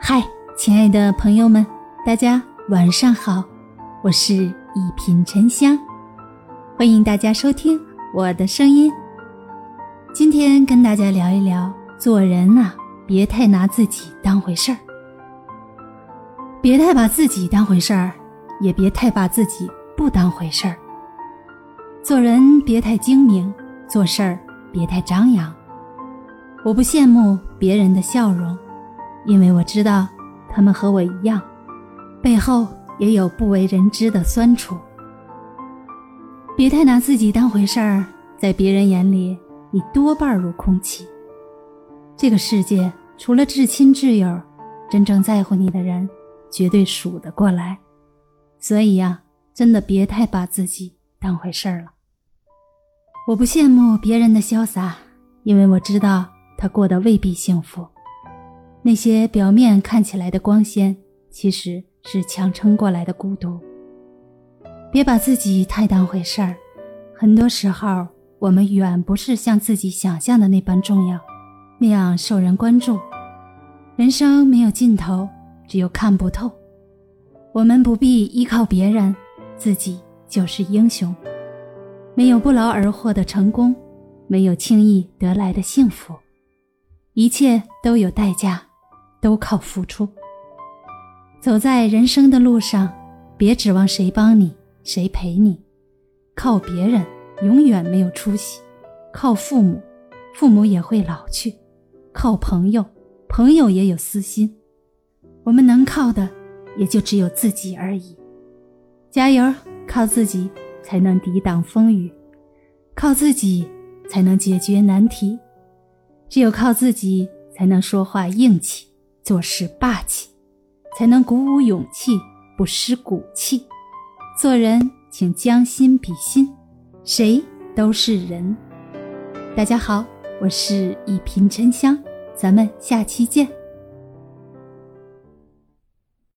嗨，亲爱的朋友们，大家晚上好，我是一品沉香，欢迎大家收听我的声音。今天跟大家聊一聊，做人啊，别太拿自己当回事儿。别太把自己当回事儿，也别太把自己不当回事儿。做人别太精明，做事儿别太张扬。我不羡慕别人的笑容，因为我知道他们和我一样，背后也有不为人知的酸楚。别太拿自己当回事儿，在别人眼里你多半如空气。这个世界除了至亲挚友，真正在乎你的人绝对数得过来。所以啊，真的别太把自己当回事儿了。我不羡慕别人的潇洒，因为我知道他过得未必幸福。那些表面看起来的光鲜，其实是强撑过来的孤独。别把自己太当回事儿，很多时候我们远不是像自己想象的那般重要，那样受人关注。人生没有尽头，只有看不透。我们不必依靠别人，自己就是英雄。没有不劳而获的成功，没有轻易得来的幸福，一切都有代价，都靠付出。走在人生的路上，别指望谁帮你，谁陪你。靠别人永远没有出息，靠父母，父母也会老去。靠朋友，朋友也有私心。我们能靠的也就只有自己而已。加油，靠自己才能抵挡风雨，靠自己才能解决难题。只有靠自己才能说话硬气，做事霸气，才能鼓舞勇气，不失骨气。做人请将心比心，谁都是人。大家好，我是一品沉香，咱们下期见。